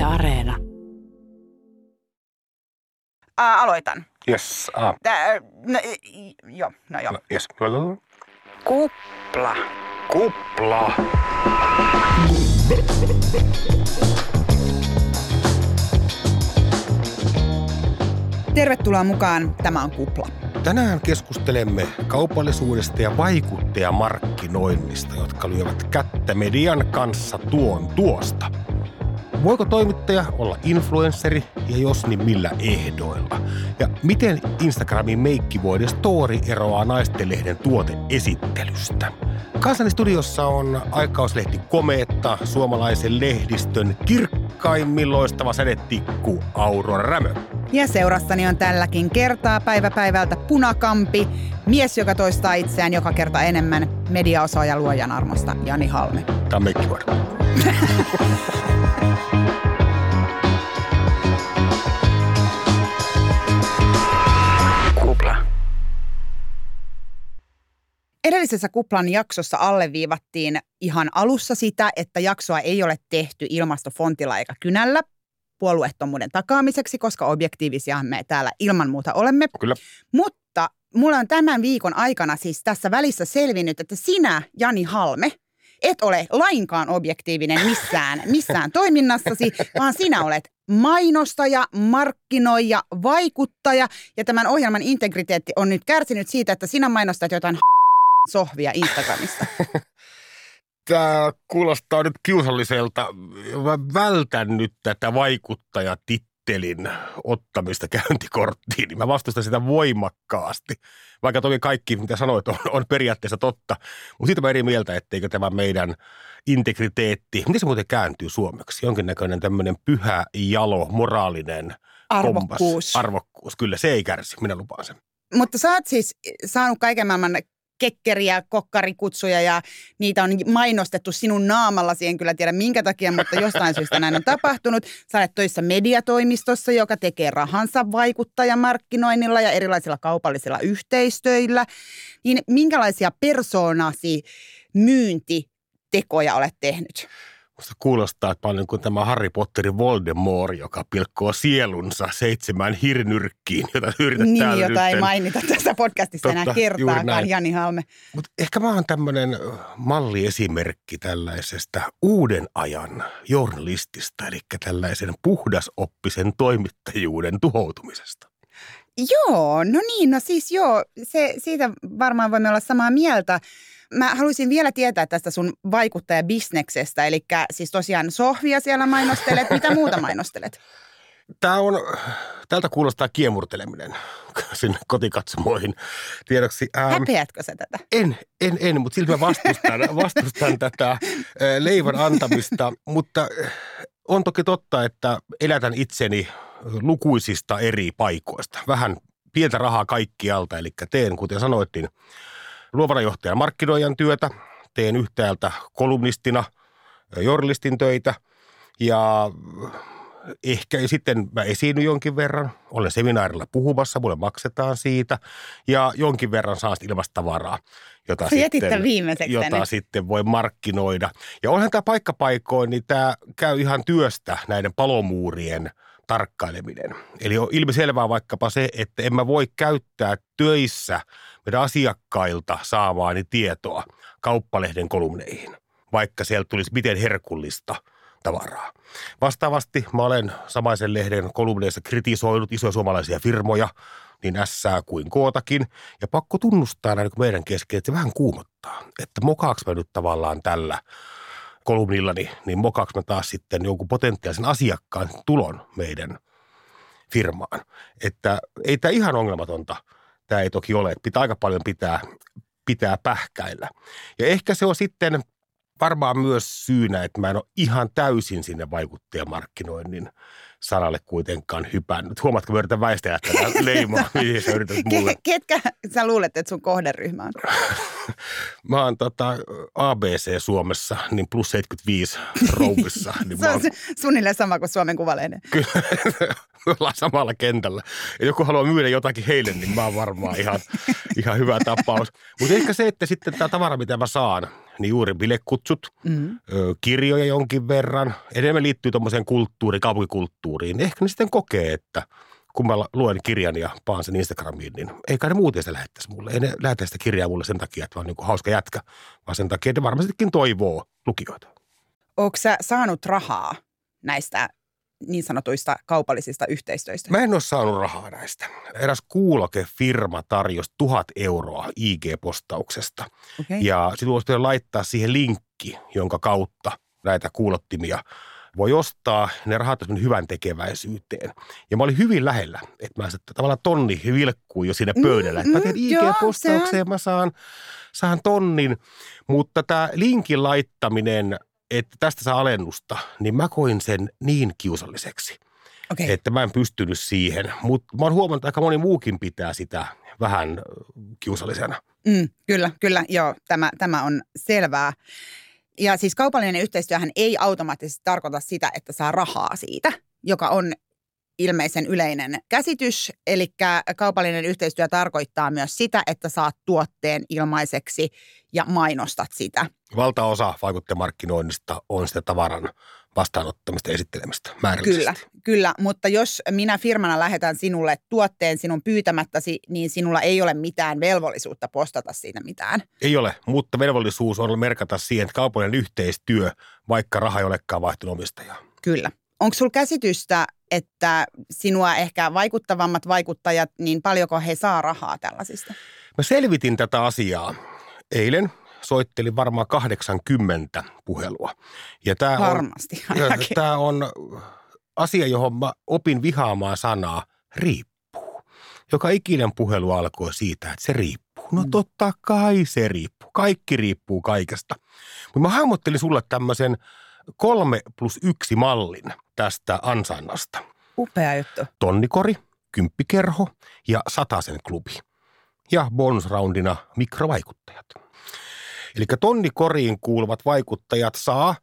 Yle Areena. Aloitan. Yes. Joo. Yes. Kupla. Kupla. Tervetuloa mukaan. Tämä on Kupla. Tänään keskustelemme kaupallisuudesta ja vaikuttajamarkkinoinnista, jotka lyövät kättä median kanssa tuon tuosta. Voiko toimittaja olla influenssari ja jos niin millä ehdoilla? Ja miten Instagramin meikkivuoden story eroaa Naistenlehden tuoteesittelystä? Kanssani studiossa on aikakauslehti Komeetta, suomalaisen lehdistön kirkkaimmin loistava sädetikku Aurora Rämö. Ja seurassani on tälläkin kertaa päivä päivältä punakampi, mies, joka toistaa itseään joka kerta enemmän, mediaosaaja luojan armosta Jani Halme. Tämä on meikkivuoden. Edellisessä Kuplan jaksossa alleviivattiin ihan alussa sitä, että jaksoa ei ole tehty ilmastofontilla eikä kynällä puolueettomuuden takaamiseksi, koska objektiivisia me täällä ilman muuta olemme. Kyllä. Mutta mulla on tämän viikon aikana siis tässä välissä selvinnyt, että sinä, Jani Halme, et ole lainkaan objektiivinen missään toiminnassasi, vaan sinä olet mainostaja, markkinoija, vaikuttaja ja tämän ohjelman integriteetti on nyt kärsinyt siitä, että sinä mainostat jotain sohvia Instagramissa. Tämä kuulostaa nyt kiusalliselta. Mä vältän nyt tätä vaikuttajatittelin ottamista käyntikorttiin, niin mä vastustan sitä voimakkaasti. Vaikka toki kaikki, mitä sanoit, on periaatteessa totta. Mutta siitä mä eri mieltä, etteikö tämä meidän integriteetti, miten se muuten kääntyy suomeksi? Jonkinnäköinen tämmöinen pyhä, jalo, moraalinen Arvokkuus. Arvokkuus, kyllä se ei kärsi, minä lupaan sen. Mutta sä oot siis saanut kaiken maailman kekkeriä, kokkarikutsuja ja niitä on mainostettu sinun naamallasi, en kyllä tiedä minkä takia, mutta jostain syystä näin on tapahtunut. Sä olet töissä mediatoimistossa, joka tekee rahansa vaikuttajamarkkinoinnilla ja erilaisilla kaupallisilla yhteistöillä. Niin minkälaisia persoonasi myyntitekoja olet tehnyt? Musta kuulostaa, että mä olen niin kuin tämä Harry Potterin Voldemort, joka pilkkoo sielunsa 7 hirnyrkkiin, jota yrität Nimi, täällä jota ei nytten mainita tässä podcastissa enää kertaakaan, Jani Halme. Mutta ehkä mä oon tämmöinen malliesimerkki tällaisesta uuden ajan journalistista, eli tällaisen puhdasoppisen toimittajuuden tuhoutumisesta. Joo, no niin, no siis joo, siitä varmaan voimme olla samaa mieltä. Mä haluaisin vielä tietää tästä sun vaikuttajabisneksestä, eli siis tosiaan sohvia siellä mainostelet. Mitä muuta mainostelet? Tältä kuulostaa kiemurteleminen sinne kotikatsomoihin tiedoksi. Häpeätkö sä tätä? En, mutta silti mä vastustan tätä leivän antamista, mutta on toki totta, että elätän itseni lukuisista eri paikoista. Vähän pientä rahaa kaikkialta, eli teen, kuten sanoittiin, luovana johtajan markkinoijan työtä, teen yhtäältä kolumnistina journalistin töitä ja ehkä sitten mä esiinnyn jonkin verran, olen seminaarilla puhumassa, mulle maksetaan siitä ja jonkin verran saa ilmasta tavaraa, jota sitten voi markkinoida. Ja onhan tämä paikkapaikoin, niin tämä käy ihan työstä näiden palomuurien tarkkaileminen. Eli on ilmiselvää vaikkapa se, että en mä voi käyttää töissä meidän asiakkailta saamaani tietoa kauppalehden kolumneihin, vaikka sieltä tulisi miten herkullista tavaraa. Vastaavasti mä olen samaisen lehden kolumneissa kritisoinut isoja suomalaisia firmoja, niin S:ää kuin Kootakin, ja pakko tunnustaa näin meidän kesken, että se vähän kuumottaa, että mokaaks mä nyt tavallaan tällä kolumnillani, niin mokaaks mä taas sitten jonkun potentiaalisen asiakkaan tulon meidän firmaan. Että ei tämä ihan ongelmatonta, tämä ei toki ole, että pitää aika paljon pitää pähkäillä. Ja ehkä se on sitten varmaan myös syynä, että mä en ole ihan täysin sinne vaikuttajamarkkinoinnin sanalle kuitenkaan hypännyt. Huomaatko, mä yritän väistää tätä leimaa, mihin sä yrität mulle. Ketkä sä luulet, että sun kohderyhmä on? Mä oon ABC Suomessa, niin plus 75 rouvissa. Niin se on suunnilleen sama kuin Suomen Kuvalehden. Kyllä, me ollaan samalla kentällä. Ja joku haluaa myydä jotakin heille, niin mä oon varmaan ihan hyvä tapaus. Mutta ehkä se, että sitten tämä tavara, mitä mä saan, niin juuri bilekutsut, kirjoja jonkin verran. Enemmän liittyy tuommoiseen kaupunkikulttuuriin. Ehkä ne sitten kokee, että kun mä luen kirjan ja paan sen Instagramiin, niin eikä ne muuten sitä lähettäisi mulle. Ei ne lähetä sitä kirjaa mulle sen takia, että mä oon niin kuin hauska jätkä, vaan sen takia, että ne varmastikin toivoo lukijoita. Ootko sä saanut rahaa näistä niin sanotuista kaupallisista yhteistyöistä? Mä en ole saanut rahaa näistä. Eräs kuulokefirma tarjosi 1,000 euroa IG-postauksesta. Okay. Ja sitten voisi laittaa siihen linkki, jonka kautta näitä kuulottimia voi ostaa. Ne rahat on hyvän tekeväisyyteen. Ja mä olin hyvin lähellä, että mä tavallaan tonni vilkkuu jo siinä pöydällä. Että mä teen IG-postaukseen, mä saan tonnin. Mutta tämä linkin laittaminen, että tästä saa alennusta, niin mä koin sen niin kiusalliseksi, että mä en pystynyt siihen. Mutta mä oon huomannut, että aika moni muukin pitää sitä vähän kiusallisena. Kyllä. Joo, tämä on selvää. Ja siis kaupallinen yhteistyöhän ei automaattisesti tarkoita sitä, että saa rahaa siitä, joka on ilmeisen yleinen käsitys. Eli kaupallinen yhteistyö tarkoittaa myös sitä, että saat tuotteen ilmaiseksi ja mainostat sitä. Valtaosa vaikuttajamarkkinoinnista on sitä tavaran vastaanottamista ja esittelemistä määrällisesti. Kyllä, mutta jos minä firmana lähetän sinulle tuotteen sinun pyytämättäsi, niin sinulla ei ole mitään velvollisuutta postata siitä mitään. Ei ole, mutta velvollisuus on merkata siihen, että kaupallinen yhteistyö, vaikka raha ei olekaan vaihtunut omistajaa. Kyllä. Onko sulla käsitystä, että sinua ehkä vaikuttavammat vaikuttajat, niin paljonko he saa rahaa tällaisista? Mä selvitin tätä asiaa eilen. Soittelin varmaan 80 puhelua. Ja tämä on asia, johon mä opin vihaamaan sanaa riippuu. Joka ikinen puhelu alkoi siitä, että se riippuu. No totta kai se riippuu. Kaikki riippuu kaikesta. Mutta mä hahmottelin sulle tämmöisen 3+1 mallin tästä ansainnasta. Upea juttu. Tonnikori, kymppikerho ja 100 klubi. Ja bonusroundina mikrovaikuttajat. Eli tonnikoriin kuuluvat vaikuttajat saa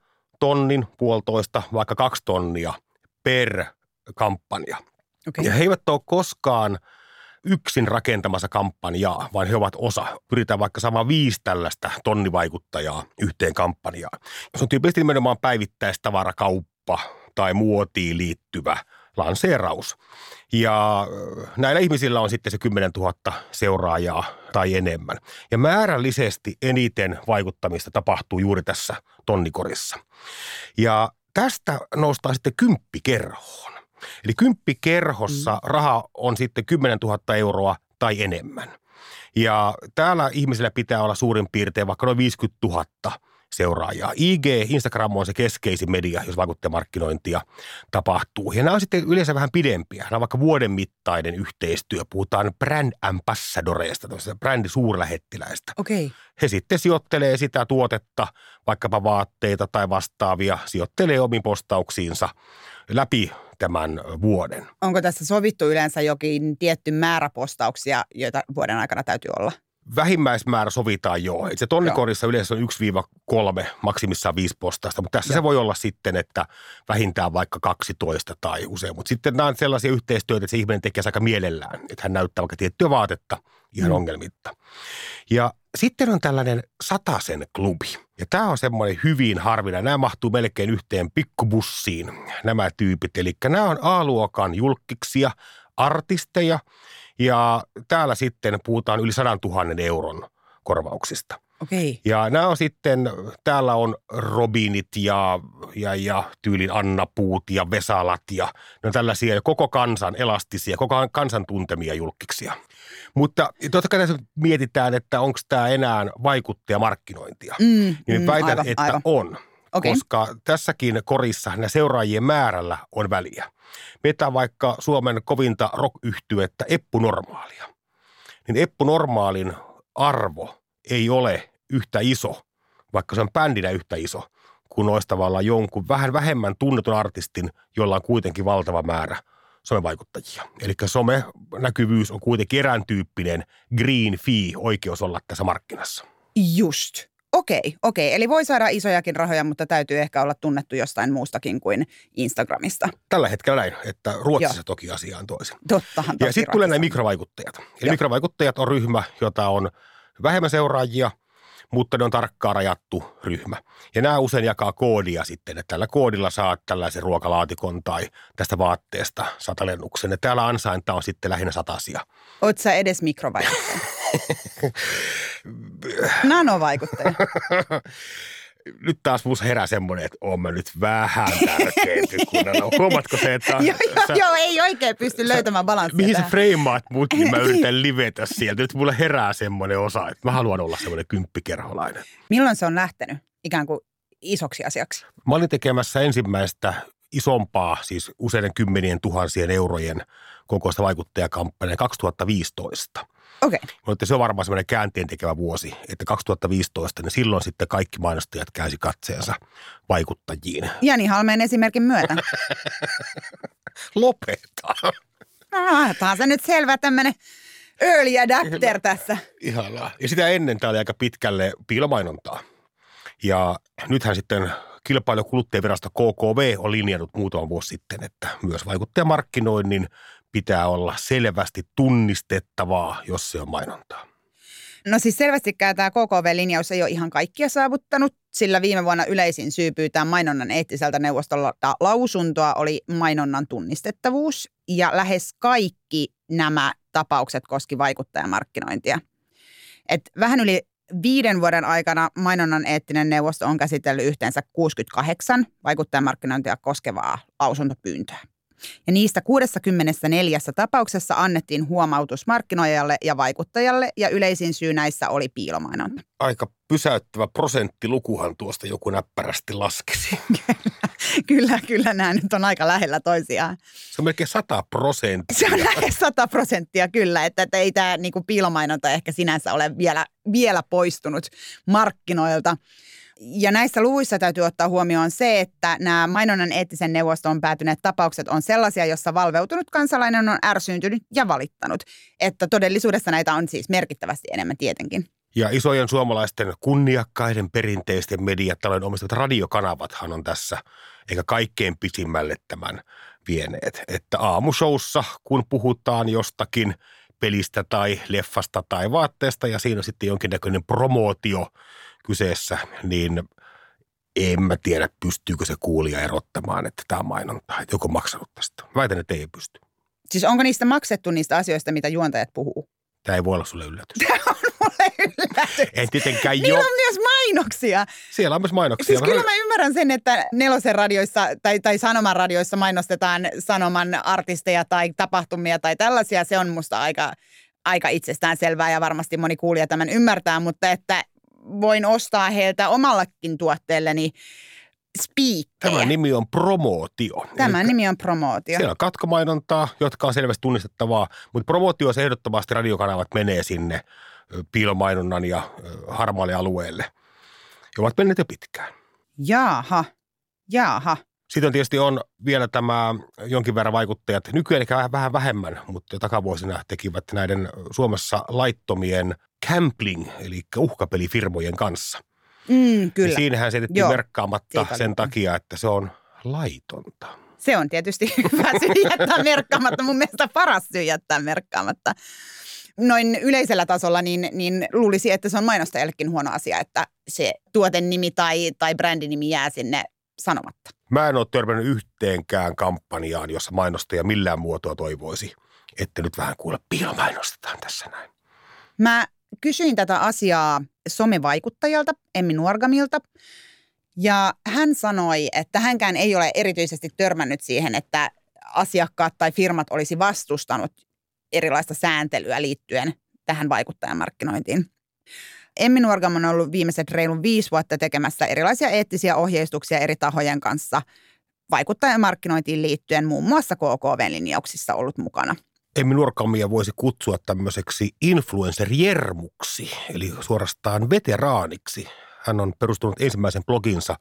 1,5 vaikka 2 tonnia per kampanja. Okay. Ja he eivät ole koskaan yksin rakentamassa kampanjaa, vaan he ovat osa. Pyritään vaikka saamaan 5 tällaista tonnivaikuttajaa yhteen kampanjaan. Se on tyypillisesti nimenomaan päivittäistavarakauppa tai muotiin liittyvä lanseeraus. Ja näillä ihmisillä on sitten se 10 000 seuraajaa tai enemmän. Ja määrällisesti eniten vaikuttamista tapahtuu juuri tässä tonnikorissa. Ja tästä noustaan sitten kymppikerhoon. Eli kymppikerhossa raha on sitten 10 000 euroa tai enemmän. Ja täällä ihmisillä pitää olla suurin piirtein vaikka noin 50 000 seuraajaa. Instagram on se keskeisin media, jos vaikuttajamarkkinointia tapahtuu. Ja nämä on sitten yleensä vähän pidempiä. Nämä on vaikka vuoden mittainen yhteistyö. Puhutaan brand ambassadoreista, brändisuurlähettiläistä. Okay. He sitten sijoittelee sitä tuotetta, vaikkapa vaatteita tai vastaavia, sijoittelee omiin postauksiinsa läpi tämän vuoden. Onko tässä sovittu yleensä jokin tietty määrä postauksia, joita vuoden aikana täytyy olla? Vähimmäismäärä sovitaan jo. Se tonnikorissa yleensä on 1-3, maksimissaan 5 postausta, mutta tässä se voi olla sitten, että vähintään vaikka 12 tai usein. Mutta sitten nämä on sellaisia yhteistyötä, että se ihminen tekee aika mielellään, että hän näyttää vaikka tiettyä vaatetta ihan ongelmitta. Ja sitten on tällainen 100 klubi. Ja tämä on semmoinen hyvin harvinainen. Nämä mahtuu melkein yhteen pikkubussiin, nämä tyypit. Eli nämä on A-luokan julkkiksia, artisteja. Ja täällä sitten puhutaan yli 100 000 euron korvauksista. Okay. Ja nämä on sitten, täällä on Robinit ja tyylin Anna Puut ja Vesalat ja ne on tällaisia koko kansan elastisia, koko kansan tuntemia julkkiksia. Mutta totta kai tässä mietitään, että onko tämä enää vaikuttajamarkkinointia. Niin väitän, että on. Okay. Koska tässäkin korissa nämä seuraajien määrällä on väliä. Mietitään vaikka Suomen kovinta rock-yhtyettä Eppu Normaalia. Niin Eppu Normaalin arvo ei ole yhtä iso, vaikka se on bändinä yhtä iso, kuin olisi tavallaan jonkun vähän vähemmän tunnetun artistin, jolla on kuitenkin valtava määrä somevaikuttajia. Eli somenäkyvyys on kuitenkin erääntyyppinen green fee, oikeus olla tässä markkinassa. Just. Okei. Eli voi saada isojakin rahoja, mutta täytyy ehkä olla tunnettu jostain muustakin kuin Instagramista. Tällä hetkellä näin, että Ruotsissa toki asia on toisin. Tottahan. Ja sitten tulee nämä mikrovaikuttajat. Eli mikrovaikuttajat on ryhmä, jota on vähemmän seuraajia, mutta ne on tarkkaan rajattu ryhmä. Ja nämä usein jakaa koodia sitten, että tällä koodilla saat tällaisen ruokalaatikon tai tästä vaatteesta satalennuksen. Ja täällä ansainta on sitten lähinnä satasia. Oot sä edes mikrovaikuttaja? Nanovaikuttaja. Nyt taas musta herää semmoinen, että oon mä nyt vähän tärkeämpi kuunnella. Huomaatko se, että... Joo, ei oikein pysty löytämään balanssia. Mihin sä freimaat mut, niin mä yritän livetä sieltä. Nyt mulla herää semmoinen osa, että mä haluan olla semmoinen kymppikerholainen. Milloin se on lähtenyt ikään kuin isoksi asiaksi? Mä olin tekemässä ensimmäistä isompaa, siis useiden 10 000 eurojen kokoista vaikuttajakampanjaa 2015. Okei. Mutta se on varmaan semmoinen käänteen tekevä vuosi, että 2015, niin silloin sitten kaikki mainostajat käänsi katseensa vaikuttajiin. Jani Halmeen esimerkin myötä. Lopeta. Taas se nyt selvä tämmöinen early adapter tässä. Ihanaa. Ja sitä ennen tämä oli aika pitkälle piilomainontaa. Ja nythän sitten Kilpailu- ja kuluttajavirasto KKV on linjannut muutama vuosi sitten, että myös vaikuttajamarkkinoinnin pitää olla selvästi tunnistettavaa, jos se on mainontaa. No siis selvästikään tämä KKV-linjaus ei ole ihan kaikkia saavuttanut, sillä viime vuonna yleisin syy pyytää mainonnan eettiseltä neuvostolta lausuntoa oli mainonnan tunnistettavuus. Ja lähes kaikki nämä tapaukset koski vaikuttajamarkkinointia. Et vähän yli 5 vuoden aikana mainonnan eettinen neuvosto on käsitellyt yhteensä 68 vaikuttajamarkkinointia koskevaa lausuntopyyntöä. Ja niistä 64 tapauksessa annettiin huomautus markkinoijalle ja vaikuttajalle, ja yleisin syy näissä oli piilomainonta. Aika pysäyttävä prosenttilukuhan tuosta joku näppärästi laskisi. Kyllä nämä nyt on aika lähellä toisiaan. Se on melkein 100%. Se on lähes 100% kyllä, että ei tämä niinku piilomainonta ehkä sinänsä ole vielä poistunut markkinoilta. Ja näissä luvuissa täytyy ottaa huomioon se, että nämä mainonnan eettisen neuvoston päätyneet tapaukset on sellaisia, jossa valveutunut kansalainen on ärsyyntynyt ja valittanut. Että todellisuudessa näitä on siis merkittävästi enemmän tietenkin. Ja isojen suomalaisten kunniakkaiden perinteisten mediatalojen omistavat radiokanavathan on tässä eikä kaikkein pisimmälle tämän vieneet. Että aamushowssa, kun puhutaan jostakin pelistä tai leffasta tai vaatteesta ja siinä on sitten jonkinnäköinen promootio kyseessä, niin en mä tiedä, pystyykö se kuulija erottamaan, että tämä on mainontaa. Joku on maksanut tästä. Väitän, että ei pysty. Siis onko niistä maksettu niistä asioista, mitä juontajat puhuu? Tämä ei voi olla sulle yllätys. Tämä on mulle yllätys. En tietenkään Niillä on myös mainoksia. Siellä on myös mainoksia. Siis kyllä mä ymmärrän sen, että Nelosen radioissa tai Sanoman radioissa mainostetaan Sanoman artisteja tai tapahtumia tai tällaisia. Se on musta aika itsestäänselvää ja varmasti moni kuulija tämän ymmärtää, mutta että voin ostaa heiltä omallakin tuotteelleni spiikkejä. Tämä nimi on promootio. Tämä nimi on promootio. Siellä on katkomainontaa, jotka on selvästi tunnistettavaa, mutta promootioissa ehdottomasti radiokanavat menee sinne piilomainonnan ja harmaalle alueelle. Ja ovat menneet jo pitkään. Jaaha. Sitten tietysti on vielä tämä jonkin verran vaikuttajat, nykyään ehkä vähän vähemmän, mutta takavuosina tekivät näiden Suomessa laittomien gambling, eli uhkapelifirmojen kanssa. Kyllä. Ja siinähän se jätettiin merkkaamatta sen takia, että se on laitonta. Se on tietysti hyvä syy jättää merkkaamatta, mun mielestä paras syy jättää merkkaamatta. Noin yleisellä tasolla niin luulisi, että se on mainostajallekin huono asia, että se tuotennimi tai brändinimi jää sinne sanomatta. Mä en ole törmännyt yhteenkään kampanjaan, jossa mainostaja millään muotoa toivoisi, että nyt vähän kuule piilomainostetaan tässä näin. Mä kysyin tätä asiaa somevaikuttajalta, Emmi Nuorgamilta, ja hän sanoi, että hänkään ei ole erityisesti törmännyt siihen, että asiakkaat tai firmat olisi vastustanut erilaista sääntelyä liittyen tähän vaikuttajamarkkinointiin. Emmi Nuorgam on ollut viimeiset reilun 5 vuotta tekemässä erilaisia eettisiä ohjeistuksia eri tahojen kanssa vaikuttajamarkkinointiin liittyen, muun muassa KKV-linjauksissa ollut mukana. Emmi Nuorgamia voisi kutsua tämmöiseksi influencer-jermuksi, eli suorastaan veteraaniksi. Hän on perustunut ensimmäisen bloginsa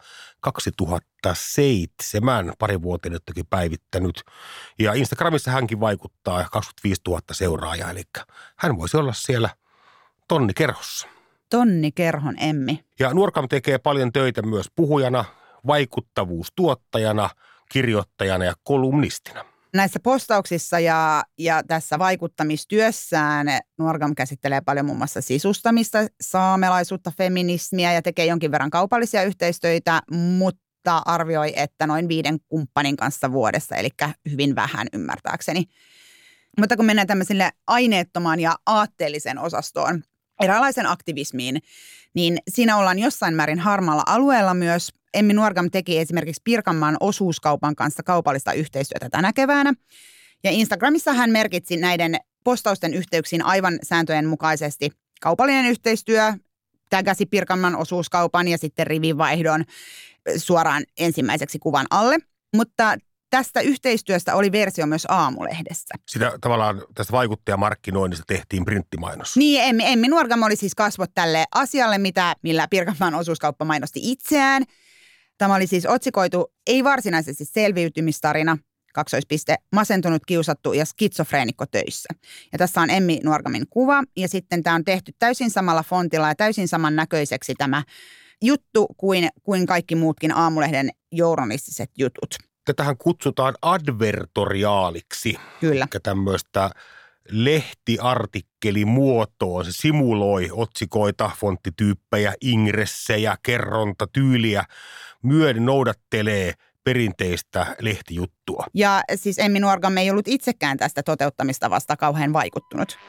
2007, pari vuotta nytkin päivittänyt. Ja Instagramissa hänkin vaikuttaa 25 000 seuraajaa, eli hän voisi olla siellä tonnikerhossa. Tonnikerhon Emmi. Ja Nuorgam tekee paljon töitä myös puhujana, vaikuttavuustuottajana, kirjoittajana ja kolumnistina. Näissä postauksissa ja tässä vaikuttamistyössään Nuorgam käsittelee paljon muun muassa sisustamista, saamelaisuutta, feminismiä ja tekee jonkin verran kaupallisia yhteistöitä, mutta arvioi, että noin 5 kumppanin kanssa vuodessa, eli hyvin vähän ymmärtääkseni. Mutta kun mennään tämmöiselle aineettomaan ja aatteellisen osastoon, eräänlaisen aktivismiin, niin siinä ollaan jossain määrin harmaalla alueella myös. Emmi Nuorgam teki esimerkiksi Pirkanmaan osuuskaupan kanssa kaupallista yhteistyötä tänä keväänä. Ja Instagramissa hän merkitsi näiden postausten yhteyksiin aivan sääntöjen mukaisesti kaupallinen yhteistyö, tägäsi Pirkanmaan osuuskaupan ja sitten rivivaihdon suoraan ensimmäiseksi kuvan alle. Mutta tästä yhteistyöstä oli versio myös Aamulehdessä. Sitä tavallaan tästä vaikuttajamarkkinoinnista tehtiin printtimainos. Niin, Emmi Nuorgam oli siis kasvot tälle asialle, millä Pirkanmaan osuuskauppa mainosti itseään. Tämä oli siis otsikoitu ei varsinaisesti selviytymistarina, masentunut, kiusattu ja skitsofreenikko töissä. Ja tässä on Emmi Nuorgamin kuva ja sitten tämä on tehty täysin samalla fontilla ja täysin saman näköiseksi tämä juttu kuin kaikki muutkin Aamulehden journalistiset jutut. Tätähän kutsutaan advertoriaaliksi. Kyllä. Eli tämmöistä lehtiartikkelimuotoa. Se simuloi otsikoita, fonttityyppejä, ingressejä, kerrontatyyliä. Myöden noudattelee perinteistä lehtijuttua. Ja siis Emmi Nuorgam ei ollut itsekään tästä toteuttamistavasta kauhean vaikuttunut.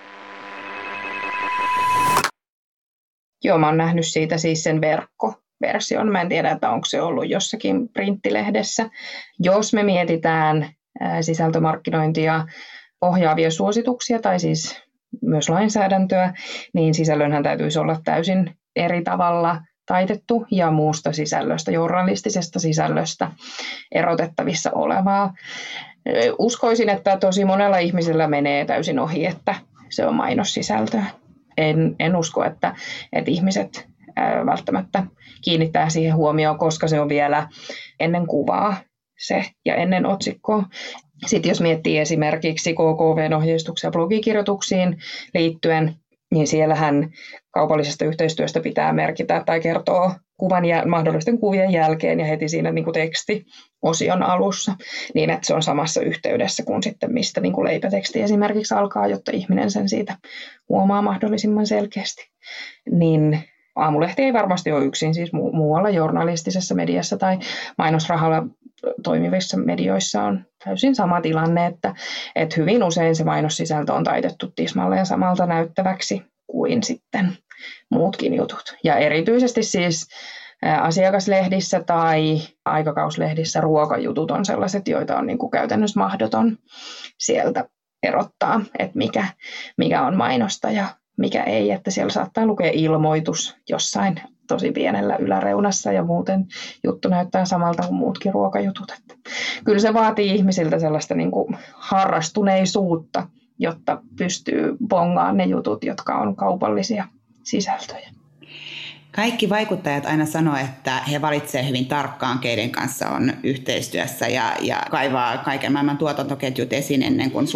Joo, mä oon nähnyt siitä siis sen verkkoversion. Mä en tiedä, että onko se ollut jossakin printtilehdessä. Jos me mietitään sisältömarkkinointia, ohjaavia suosituksia tai siis myös lainsäädäntöä, niin sisällönhän täytyisi olla täysin eri tavalla taitettu ja muusta sisällöstä, journalistisesta sisällöstä erotettavissa olevaa. Uskoisin, että tosi monella ihmisellä menee täysin ohi, että se on mainossisältöä. En usko, että ihmiset välttämättä kiinnittää siihen huomioon, koska se on vielä ennen kuvaa se ja ennen otsikkoa. Sitten jos miettii esimerkiksi KKV:n ohjeistuksia blogikirjoituksiin liittyen, niin siellähän kaupallisesta yhteistyöstä pitää merkitä tai kertoa kuvan ja mahdollisten kuvien jälkeen ja heti siinä niin kuin tekstiosion alussa, niin että se on samassa yhteydessä kuin sitten mistä niin kuin leipäteksti esimerkiksi alkaa, jotta ihminen sen siitä huomaa mahdollisimman selkeästi. Niin Aamulehti ei varmasti ole yksin, siis muualla journalistisessa mediassa tai mainosrahalla toimivissa medioissa on täysin sama tilanne, että hyvin usein se mainossisältö on taitettu tismalleen samalta näyttäväksi kuin sitten muutkin jutut. Ja erityisesti siis asiakaslehdissä tai aikakauslehdissä ruokajutut on sellaiset, joita on niin kuin käytännössä mahdoton sieltä erottaa, että mikä on mainosta ja mikä ei, että siellä saattaa lukea ilmoitus jossain tosi pienellä yläreunassa ja muuten juttu näyttää samalta kuin muutkin ruokajutut. Että kyllä se vaatii ihmisiltä sellaista niin kuin harrastuneisuutta, jotta pystyy bongaamaan ne jutut, jotka on kaupallisia sisältöjä. Kaikki vaikuttajat aina sanoo, että he valitsevat hyvin tarkkaan, keiden kanssa on yhteistyössä ja kaivaa kaiken maailman tuotantoketjut esiin ennen kuin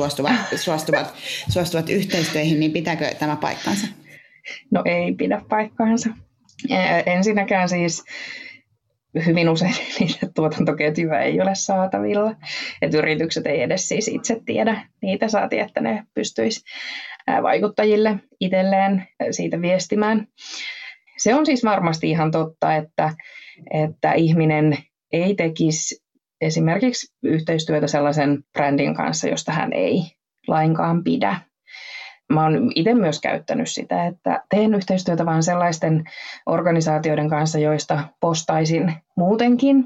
suostuvat yhteistyöihin, niin pitääkö tämä paikkansa? No ei pidä paikkaansa. Ensinnäkään siis hyvin usein niitä tuotantoketjuja ei ole saatavilla. Et yritykset ei edes siis itse tiedä niitä, saati että ne pystyisi vaikuttajille itselleen siitä viestimään. Se on siis varmasti ihan totta, että ihminen ei tekisi esimerkiksi yhteistyötä sellaisen brändin kanssa, josta hän ei lainkaan pidä. Mä oon itse myös käyttänyt sitä, että teen yhteistyötä vain sellaisten organisaatioiden kanssa, joista postaisin muutenkin.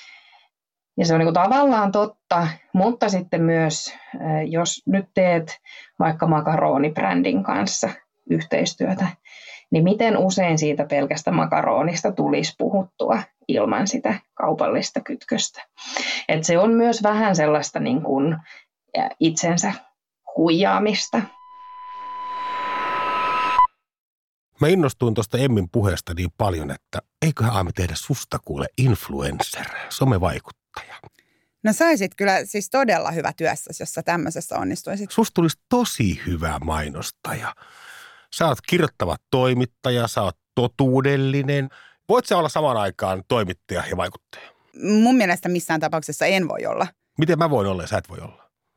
Ja se on niin kuin tavallaan totta, mutta sitten myös, jos nyt teet vaikka makaronibrändin kanssa yhteistyötä, niin miten usein siitä pelkästä makaronista tulisi puhuttua ilman sitä kaupallista kytköstä. Et se on myös vähän sellaista niin kuin itsensä huijaamista. Mä innostuin tuosta Emmin puheesta niin paljon, että eiköhän aiemmin tehdä susta kuule influencer, somevaikuttaja. No saisit kyllä siis todella hyvä työssä, jos sä tämmöisessä onnistuisit. Susta tulisi tosi hyvä mainostaja. Sä oot kirjoittava toimittaja, sä oot totuudellinen. Voit sä olla samaan aikaan toimittaja ja vaikuttaja? Mun mielestä missään tapauksessa en voi olla. Miten mä voin olla ja sä et voi olla?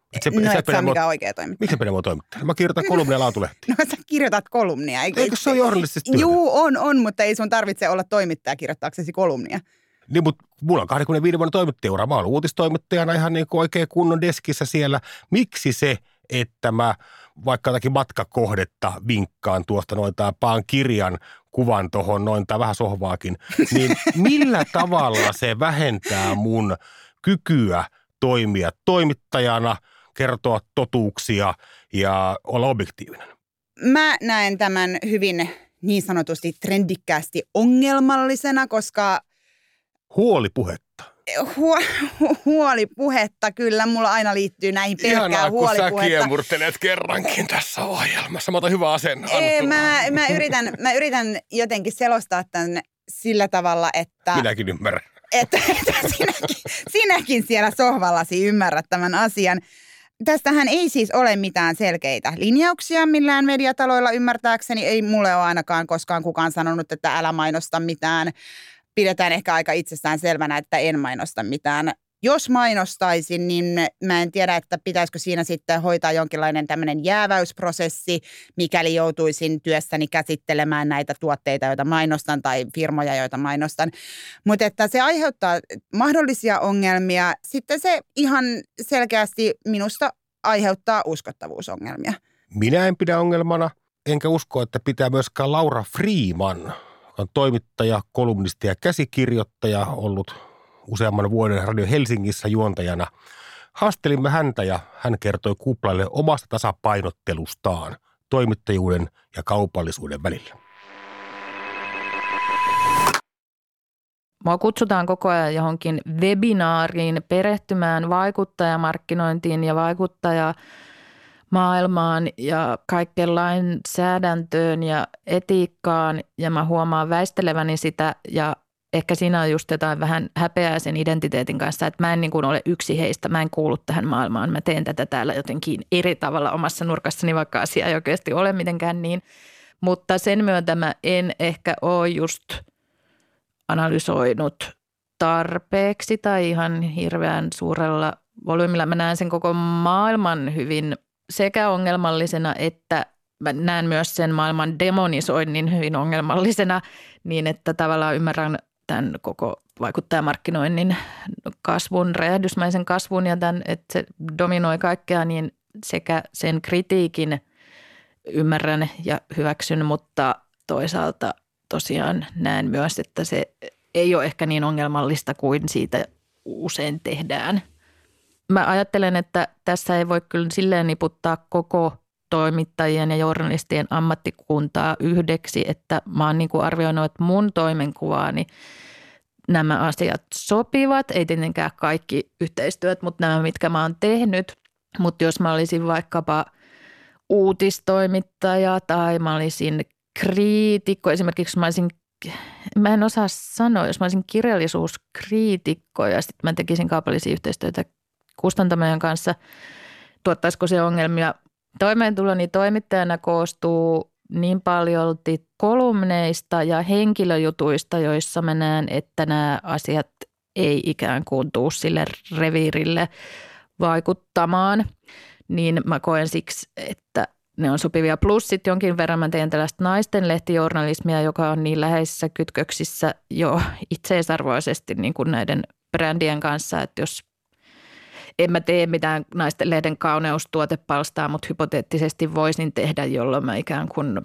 Et saa mikään oikea toimittaja. Miksi pitää mua toimittajana? Mä kirjoitan kolumnia Laatulehtiin. No sä kirjoitat kolumnia. Eikö se ole journalistista työtä? Juu, on, mutta ei sun tarvitse olla toimittaja kirjoittaaksesi kolumnia. Niin, mutta mulla on 25 vuoden toimittajaura. Mä olen uutistoimittajana ihan niin kuin oikein kunnon deskissä siellä. Miksi se, että mä vaikka jotakin matkakohdetta vinkkaan tuosta noin tai paan kirjan kuvan tuohon noin tai vähän sohvaakin, niin millä tavalla se vähentää mun kykyä toimia toimittajana, kertoa totuuksia ja olla objektiivinen? Mä näen tämän hyvin niin sanotusti trendikkäästi ongelmallisena, koska huolipuhetta. Huolipuhetta, kyllä. Mulla aina liittyy näihin pelkkään huolipuhetta. Kun sä kiemurtelet kerrankin tässä ohjelmassa. Mä otan hyvä asenne. Mä yritän jotenkin selostaa tämän sillä tavalla, että... Minäkin ymmärrän. Että sinäkin siellä sohvallasi ymmärrät tämän asian. Tästähän ei siis ole mitään selkeitä linjauksia millään mediataloilla ymmärtääkseni. Ei mulle ole ainakaan koskaan kukaan sanonut, että älä mainosta mitään. Pidetään ehkä aika itsestään selvänä, että en mainosta mitään. Jos mainostaisin, niin mä en tiedä, että pitäisikö siinä sitten hoitaa jonkinlainen tämmöinen jääväysprosessi, mikäli joutuisin työssäni käsittelemään näitä tuotteita, joita mainostan tai firmoja, joita mainostan. Mutta että se aiheuttaa mahdollisia ongelmia. Sitten se ihan selkeästi minusta aiheuttaa uskottavuusongelmia. Minä en pidä ongelmana, enkä usko, että pitää myöskään Laura Freeman, on toimittaja, kolumnisti ja käsikirjoittaja, ollut useamman vuoden Radio Helsingissä juontajana. Haastelimme häntä ja hän kertoi Kuplalle omasta tasapainottelustaan toimittajuuden ja kaupallisuuden välillä. Mua kutsutaan koko ajan johonkin webinaariin perehtymään vaikuttajamarkkinointiin ja vaikuttajamaailmaan ja kaikkeen lainsäädäntöön ja etiikkaan. Ja mä huomaan väisteleväni sitä ja ehkä siinä on just jotain vähän häpeää sen identiteetin kanssa, että mä en niin kuin ole yksi heistä, mä en kuulu tähän maailmaan. Mä teen tätä täällä jotenkin eri tavalla omassa nurkassani, vaikka asia ei oikeasti ole mitenkään niin. Mutta sen myötä mä en ehkä ole just analysoinut tarpeeksi tai ihan hirveän suurella volyymilla. Mä näen sen koko maailman hyvin sekä ongelmallisena, että mä näen myös sen maailman demonisoinnin hyvin ongelmallisena niin, että tavallaan ymmärrän tämän koko vaikuttajamarkkinoinnin kasvun, räjähdysmäisen kasvun ja tämän, että se dominoi kaikkea, niin sekä sen kritiikin ymmärrän ja hyväksyn, mutta toisaalta tosiaan näen myös, että se ei ole ehkä niin ongelmallista kuin siitä usein tehdään. Mä ajattelen, että tässä ei voi kyllä silleen niputtaa koko toimittajien ja journalistien ammattikuntaa yhdeksi, että mä oon niin kuin arvioinut, että mun toimenkuvaani nämä asiat sopivat. Ei tietenkään kaikki yhteistyöt, mutta nämä, mitkä mä oon tehnyt. Mutta jos mä olisin vaikkapa uutistoimittaja tai mä olisin kriitikko, esimerkiksi mä en osaa sanoa, jos mä olisin kirjallisuuskriitikko ja sitten mä tekisin kaupallisia yhteistyötä kustantamojen kanssa, tuottaisiko se ongelmia? Toimeentuloni toimittajana koostuu niin paljolti kolumneista ja henkilöjutuista, joissa mä näen, että nämä asiat ei ikään kuin tuu sille reviirille vaikuttamaan, niin mä koen siksi, että ne on sopivia. Plus sitten jonkin verran mä teen tällaista naisten lehtijournalismia, joka on niin läheisissä kytköksissä jo itseisarvoisesti niin kuin näiden brändien kanssa, että jos en mä tee mitään naisten lehden kauneustuotepalstaa, mutta hypoteettisesti voisin tehdä, jolloin mä ikään kuin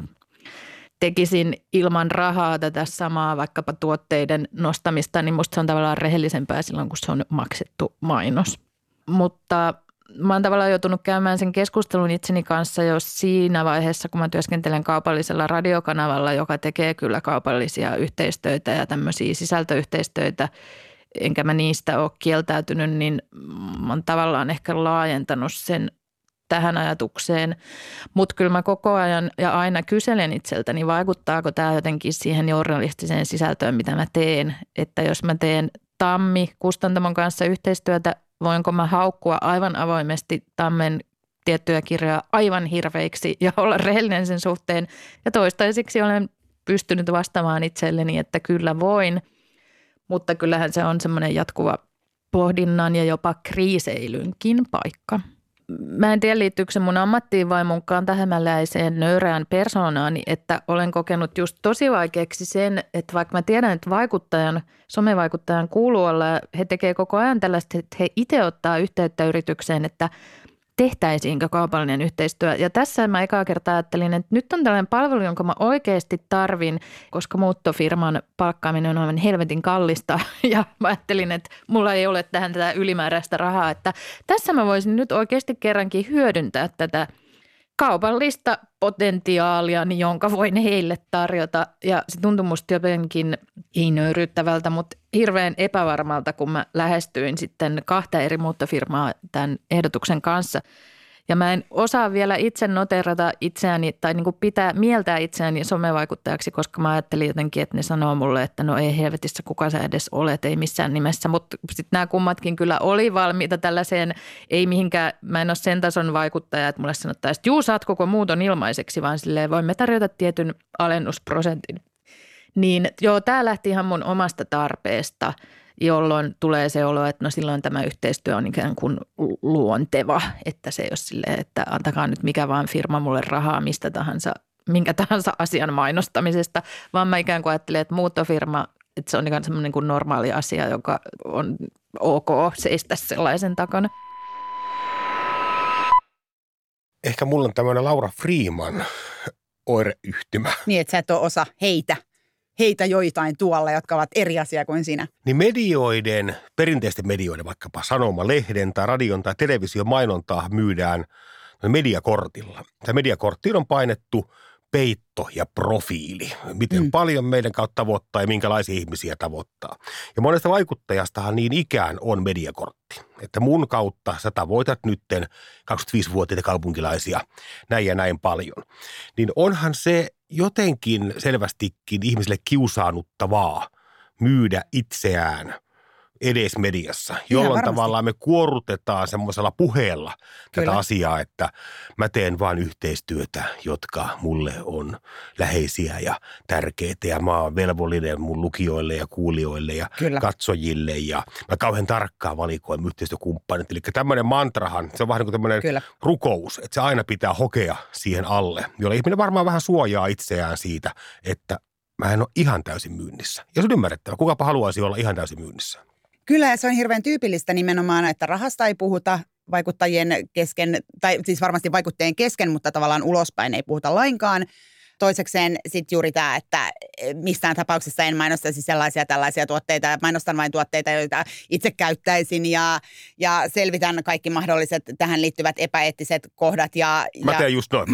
tekisin ilman rahaa tätä samaa vaikkapa tuotteiden nostamista, niin musta se on tavallaan rehellisempää silloin, kun se on maksettu mainos. Mutta mä oon tavallaan joutunut käymään sen keskustelun itseni kanssa jo siinä vaiheessa, kun mä työskentelen kaupallisella radiokanavalla, joka tekee kyllä kaupallisia yhteistöitä ja tämmöisiä sisältöyhteistyötä, enkä mä niistä ole kieltäytynyt, niin mä oon tavallaan ehkä laajentanut sen tähän ajatukseen. Mutta kyllä mä koko ajan ja aina kyselen itseltäni, vaikuttaako tämä jotenkin siihen journalistiseen sisältöön, mitä mä teen. Että jos mä teen Tammi-kustantamon kanssa yhteistyötä, voinko mä haukkua aivan avoimesti Tammen tiettyjä kirjoja aivan hirveiksi ja olla rehellinen sen suhteen. Ja toistaiseksi olen pystynyt vastaamaan itselleni, että kyllä voin. Mutta kyllähän se on semmoinen jatkuva pohdinnan ja jopa kriiseilynkin paikka. mä en tiedä liittyykö se mun ammattiin vai mun kantahämäläiseen nöyrään persoonaani, että olen kokenut just tosi vaikeaksi sen, että vaikka mä tiedän, että somevaikuttajan kuuluu olla ja he tekee koko ajan tällaista, että he itse ottaa yhteyttä yritykseen, että tehtäisiinkö kaupallinen yhteistyö. Ja tässä mä ekaa kertaa ajattelin, että nyt on tällainen palvelu, jonka mä oikeasti tarvin, koska muuttofirman palkkaaminen on aivan helvetin kallista. Ja mä ajattelin, että mulla ei ole tähän tätä ylimääräistä rahaa, että tässä mä voisin nyt oikeasti kerrankin hyödyntää tätä kaupallista potentiaalia, jonka voin heille tarjota. Ja se tuntui musta jotenkin ei nöyryyttävältä, mutta hirveän epävarmalta, kun mä lähestyin sitten 2 eri muuttofirmaa tämän ehdotuksen kanssa. Ja mä en osaa vielä itse noterata itseäni tai niin kuin mieltää itseäni somevaikuttajaksi, koska mä ajattelin jotenkin, että ne sanoo mulle, että no ei helvetissä kuka sä edes olet, ei missään nimessä. Mutta sitten nämä kummatkin kyllä oli valmiita tällaiseen, ei mihinkään, mä en ole sen tason vaikuttaja, että mulle sanottaisiin, että juu saat koko muuton ilmaiseksi, vaan silleen voimme tarjota tietyn alennusprosentin. Niin joo, tämä lähti ihan mun omasta tarpeesta, jolloin tulee se olo, että no silloin tämä yhteistyö on ikään kuin luonteva, että se ei ole silleen, että antakaa nyt mikä vaan firma mulle rahaa mistä tahansa, minkä tahansa asian mainostamisesta, vaan mä ikään kuin ajattelen, että muuttofirma, että se on ikään semmoinen kuin normaali asia, joka on ok seistä sellaisen takana. Ehkä mulla on tämmöinen Laura Freeman oireyhtymä. Niin, että sä et ole osa heitä joitain tuolla, jotka ovat eri asia kuin sinä. Niin perinteisten medioiden, vaikkapa sanomalehden tai radion tai television mainontaa myydään mediakortilla. Tämä mediakorttiin on painettu peitto ja profiili, miten paljon meidän kautta tavoittaa ja minkälaisia ihmisiä tavoittaa. Ja monesta vaikuttajastahan niin ikään on mediakortti, että mun kautta sä tavoitat nytten 25-vuotiaita kaupunkilaisia näin ja näin paljon. Niin onhan se jotenkin selvästikin ihmisille kiusaannuttavaa myydä itseään edes mediassa, jolloin tavallaan me kuorrutetaan semmoisella puheella tätä asiaa, että mä teen vaan yhteistyötä, jotka mulle on läheisiä ja tärkeitä ja mä oon velvollinen mun lukijoille ja kuulijoille ja katsojille ja mä kauhean tarkkaan valikoin yhteistyökumppanit. Eli tämmöinen mantrahan, se on vähän niin kuin tämmöinen rukous, että se aina pitää hokea siihen alle, jolla ihminen varmaan vähän suojaa itseään siitä, että mä en ole ihan täysin myynnissä. Ja se on ymmärrettävä, kukapa haluaisi olla ihan täysin myynnissä. Kyllä, ja se on hirveän tyypillistä nimenomaan, että rahasta ei puhuta vaikuttajien kesken, tai siis varmasti vaikuttajien kesken, mutta tavallaan ulospäin ei puhuta lainkaan. Toisekseen sitten juuri tämä, että missään tapauksessa en mainostaisi sellaisia tällaisia tuotteita, mainostan vain tuotteita, joita itse käyttäisin ja selvitän kaikki mahdolliset tähän liittyvät epäeettiset kohdat. Mä teen just noin.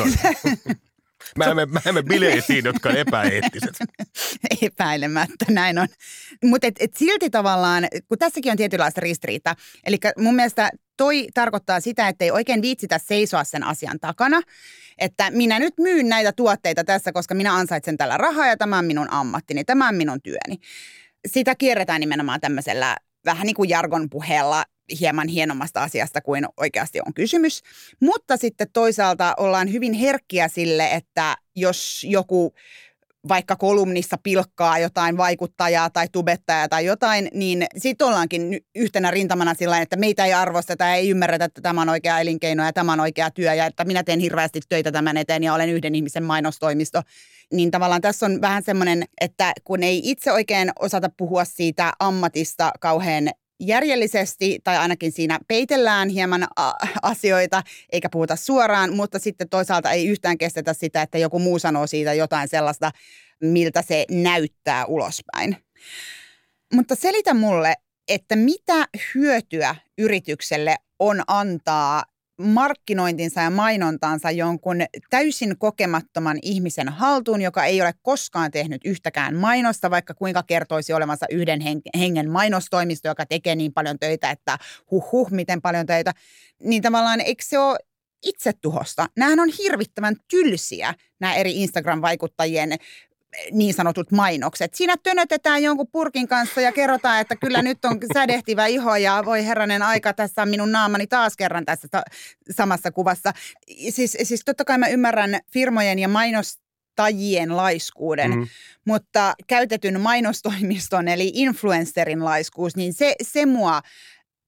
Mä emme bileisiin, jotka on epäeettiset. Epäilemättä, näin on. Mutta silti tavallaan, kun tässäkin on tietynlaista ristiriitaa, eli mun mielestä toi tarkoittaa sitä, että ei oikein viitsitä seisoa sen asian takana, että minä nyt myyn näitä tuotteita tässä, koska minä ansaitsen tällä rahaa ja tämä on minun ammattini, tämä on minun työni. Sitä kierretään nimenomaan tämmöisellä vähän niin kuin jargon puheella, hieman hienommasta asiasta kuin oikeasti on kysymys. Mutta sitten toisaalta ollaan hyvin herkkiä sille, että jos joku vaikka kolumnissa pilkkaa jotain vaikuttajaa tai tubettajaa tai jotain, niin sitten ollaankin yhtenä rintamana sillä että meitä ei arvosteta ja ei ymmärretä, että tämä on oikea elinkeino ja tämä on oikea työ ja että minä teen hirveästi töitä tämän eteen ja olen yhden ihmisen mainostoimisto. Niin tavallaan tässä on vähän semmoinen, että kun ei itse oikein osata puhua siitä ammatista kauhean järjellisesti tai ainakin siinä peitellään hieman asioita eikä puhuta suoraan, mutta sitten toisaalta ei yhtään kestetä sitä, että joku muu sanoo siitä jotain sellaista, miltä se näyttää ulospäin. Mutta selitä mulle, että mitä hyötyä yritykselle on antaa markkinointinsa ja mainontaansa jonkun täysin kokemattoman ihmisen haltuun, joka ei ole koskaan tehnyt yhtäkään mainosta, vaikka kuinka kertoisi olevansa yhden hengen mainostoimisto, joka tekee niin paljon töitä, että miten paljon töitä, niin tavallaan eikö se ole itsetuhosta? Nämähän on hirvittävän tylsiä, nämä eri Instagram-vaikuttajien niin sanotut mainokset. Siinä tönötetään jonkun purkin kanssa ja kerrotaan, että kyllä nyt on sädehtivä iho ja voi herranen aika, tässä on minun naamani taas kerran tässä samassa kuvassa. Siis totta kai mä ymmärrän firmojen ja mainostajien laiskuuden, mutta käytetyn mainostoimiston eli influencerin laiskuus, niin se mua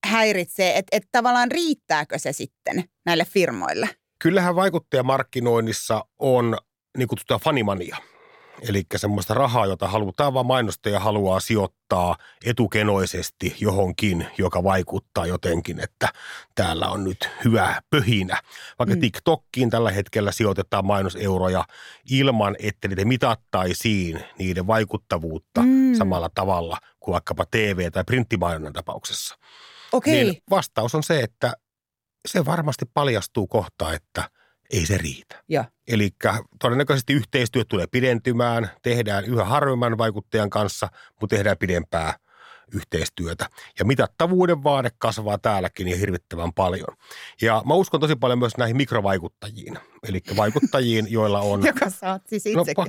häiritsee, että tavallaan riittääkö se sitten näille firmoille? Kyllähän vaikuttajamarkkinoinnissa on niin kutsuttua fanimania. Eli semmoista rahaa, jota halutaan, vaan mainostaja haluaa sijoittaa etukenoisesti johonkin, joka vaikuttaa jotenkin, että täällä on nyt hyvä pöhinä. Vaikka TikTokkiin tällä hetkellä sijoitetaan mainoseuroja ilman, että niitä mitattaisiin niiden vaikuttavuutta samalla tavalla kuin vaikkapa TV- tai printtimainonnan tapauksessa. Okei. Niin vastaus on se, että se varmasti paljastuu kohta, että ei se riitä. Eli todennäköisesti yhteistyöt tulee pidentymään, tehdään yhä harvemman vaikuttajan kanssa, mutta tehdään pidempää yhteistyötä. Ja mitattavuuden vaade kasvaa täälläkin ja hirvittävän paljon. Ja mä uskon tosi paljon myös näihin mikrovaikuttajiin, eli vaikuttajiin, joilla on... Joka sä oot siis itsekin.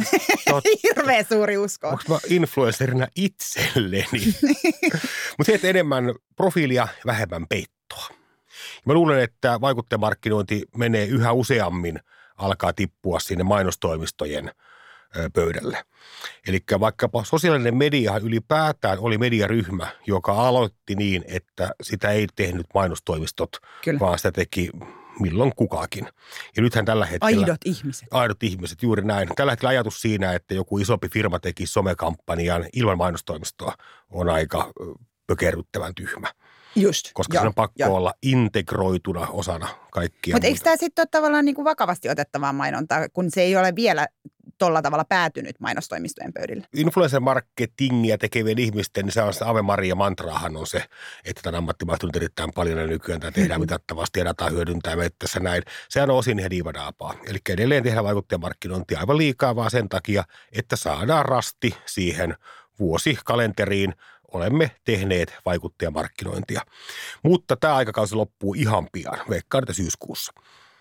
Hirveän suuri usko. Onko mä influencerina itselleni? Mutta se, että enemmän profiilia, vähemmän peittoa. Mä luulen, että vaikuttajamarkkinointi menee yhä useammin, alkaa tippua sinne mainostoimistojen pöydälle. Eli vaikkapa sosiaalinen media Ylipäätään oli mediaryhmä, joka aloitti niin, että sitä ei tehnyt mainostoimistot, vaan sitä teki milloin kukakin. Ja nythän tällä hetkellä... Aidot ihmiset, juuri näin. Tällä hetkellä ajatus siinä, että joku isompi firma teki somekampanjan ilman mainostoimistoa, on aika pökerryttävän tyhmä. Just. Koska se on pakko olla integroituna osana kaikkia. Mutta eikö tämä sitten ole tavallaan niin kuin vakavasti otettavaa mainontaa, kun se ei ole vielä tolla tavalla päätynyt mainostoimistojen pöydille? Influencer-marketingia tekevien ihmisten, niin se on se Ave Maria mantraahan on se, että tämän ammattimaistunut erittäin paljon ja nykyään tämä tehdään mitattavasti ja dataa hyödyntää mettässä näin. Sehän on osin ihan diivadaapaa. Eli edelleen tehdään vaikuttajamarkkinointia aivan liikaa vaan sen takia, että saadaan rasti siihen vuosikalenteriin. Olemme tehneet vaikuttajamarkkinointia. Mutta tämä aikakausi loppuu ihan pian, veikkaan, että syyskuussa.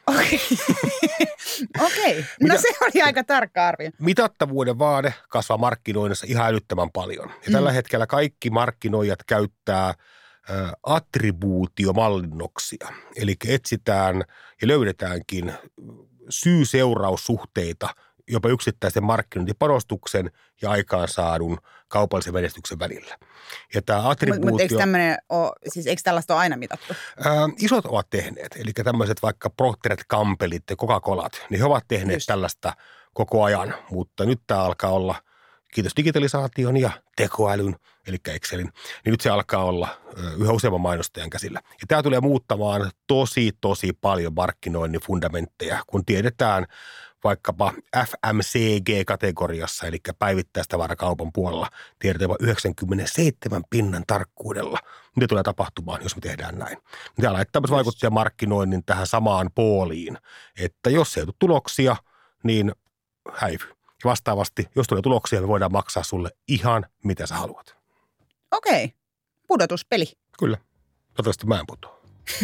Okei. No se oli aika tarkka arvio. Mitattavuuden vaade kasvaa markkinoinnissa ihan älyttömän paljon. Ja tällä hetkellä kaikki markkinoijat käyttää attribuutiomallinnoksia. Eli etsitään ja löydetäänkin syy-seuraussuhteita jopa yksittäisen markkinointipanostuksen ja aikaansaadun kaupallisen menestyksen välillä. Ja tämä attribuutio... Mutta eikö tämmöinen ole, siis eikö tällaista ole aina mitattu? Isot ovat tehneet, eli tämmöiset vaikka Procter & Gambleit ja Coca-Colat, niin he ovat tehneet tällaista koko ajan, mutta nyt tämä alkaa olla, kiitos digitalisaation ja tekoälyn, eli Excelin, niin nyt se alkaa olla yhä useamman mainostajan käsillä. Ja tämä tulee muuttamaan tosi paljon markkinoinnin fundamentteja, kun tiedetään vaikkapa FMCG-kategoriassa, eli päivittäistavarakaupan puolella, tiedetään jopa 97% tarkkuudella, mitä tulee tapahtumaan, jos me tehdään näin. Tämä laittaa myös vaikuttajamarkkinoinnin tähän samaan pooliin, että jos ei tule tuloksia, niin häivy. Ja vastaavasti, jos tulee tuloksia, me voidaan maksaa sulle ihan mitä sä haluat. Okei. Pudotuspeli. Kyllä. Toivottavasti mä en putoa.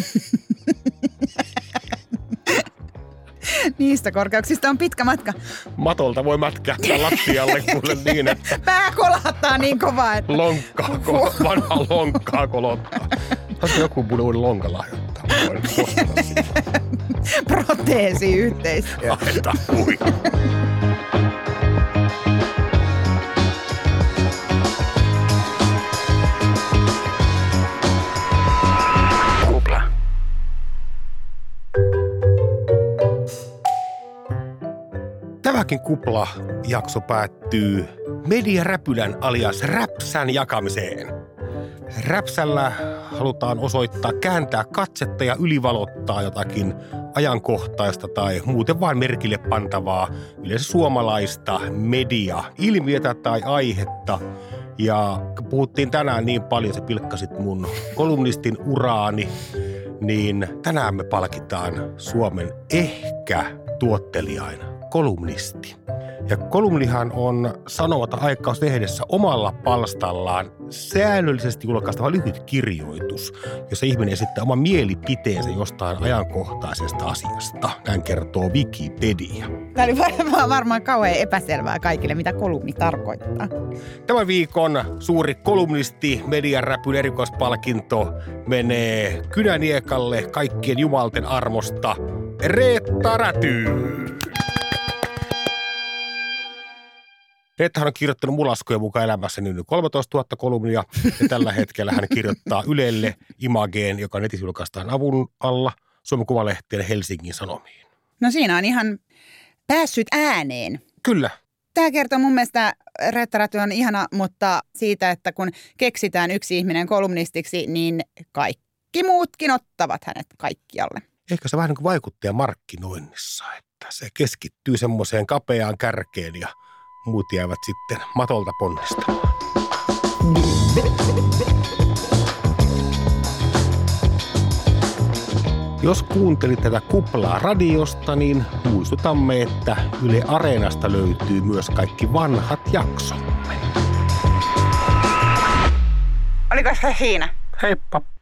Niistä korkeuksista on pitkä matka. Matolta voi mätkähtää lattialle kuule niin, että... Pää kolahtaa niin kovaa, että... Vanha lonkkaa kolottaa. Haluaisiko joku uuden lonkan lahjoittaa? Proteesiyhteistyö. Laita hui. Tämäkin Kupla-jakso päättyy mediaräpylän alias räpsän jakamiseen. Räpsällä halutaan osoittaa, kääntää katsetta ja ylivalottaa jotakin ajankohtaista tai muuten vain merkille pantavaa, yleensä suomalaista media-ilmiötä tai aihetta. Ja puhuttiin tänään niin paljon, se pilkkasit mun kolumnistin uraani, niin tänään me palkitaan Suomen ehkä tuottelijain kolumnisti. Ja kolumnihan on Sanomalta Aikauslehdessä omalla palstallaan säännöllisesti julkaistava lyhyt kirjoitus, jossa ihminen esittää oman mielipiteensä jostain ajankohtaisesta asiasta. Näin kertoo Wikipedia. Tämä oli varmaan kauhean epäselvää kaikille, mitä kolumni tarkoittaa. Tämän viikon suuri kolumnisti mediaräpyn erikoispalkinto menee Kynäniekalle kaikkien jumalten armosta Reetta Räty. Reettahan on kirjoittanut mun laskujen mukaan elämässäni nyt 13 000 kolumnia, ja tällä hetkellä hän kirjoittaa Ylelle, Imageen, joka netissä julkaistaan avun alla, Suomen Kuvalehteen Helsingin Sanomiin. No siinä on ihan päässyt ääneen. Kyllä. Tämä kertoo mun mielestä, Reetta Räty on ihana, mutta siitä, että kun keksitään yksi ihminen kolumnistiksi, niin kaikki muutkin ottavat hänet kaikkialle. Ehkä se vähän niin kuin vaikuttaja markkinoinnissa, että se keskittyy semmoiseen kapeaan kärkeen ja muut jäävät sitten matolta ponnistamaan. Jos kuuntelit tätä kuplaa radiosta, niin muistutamme, että Yle Areenasta löytyy myös kaikki vanhat jaksomme. Oliko se siinä? Heippa!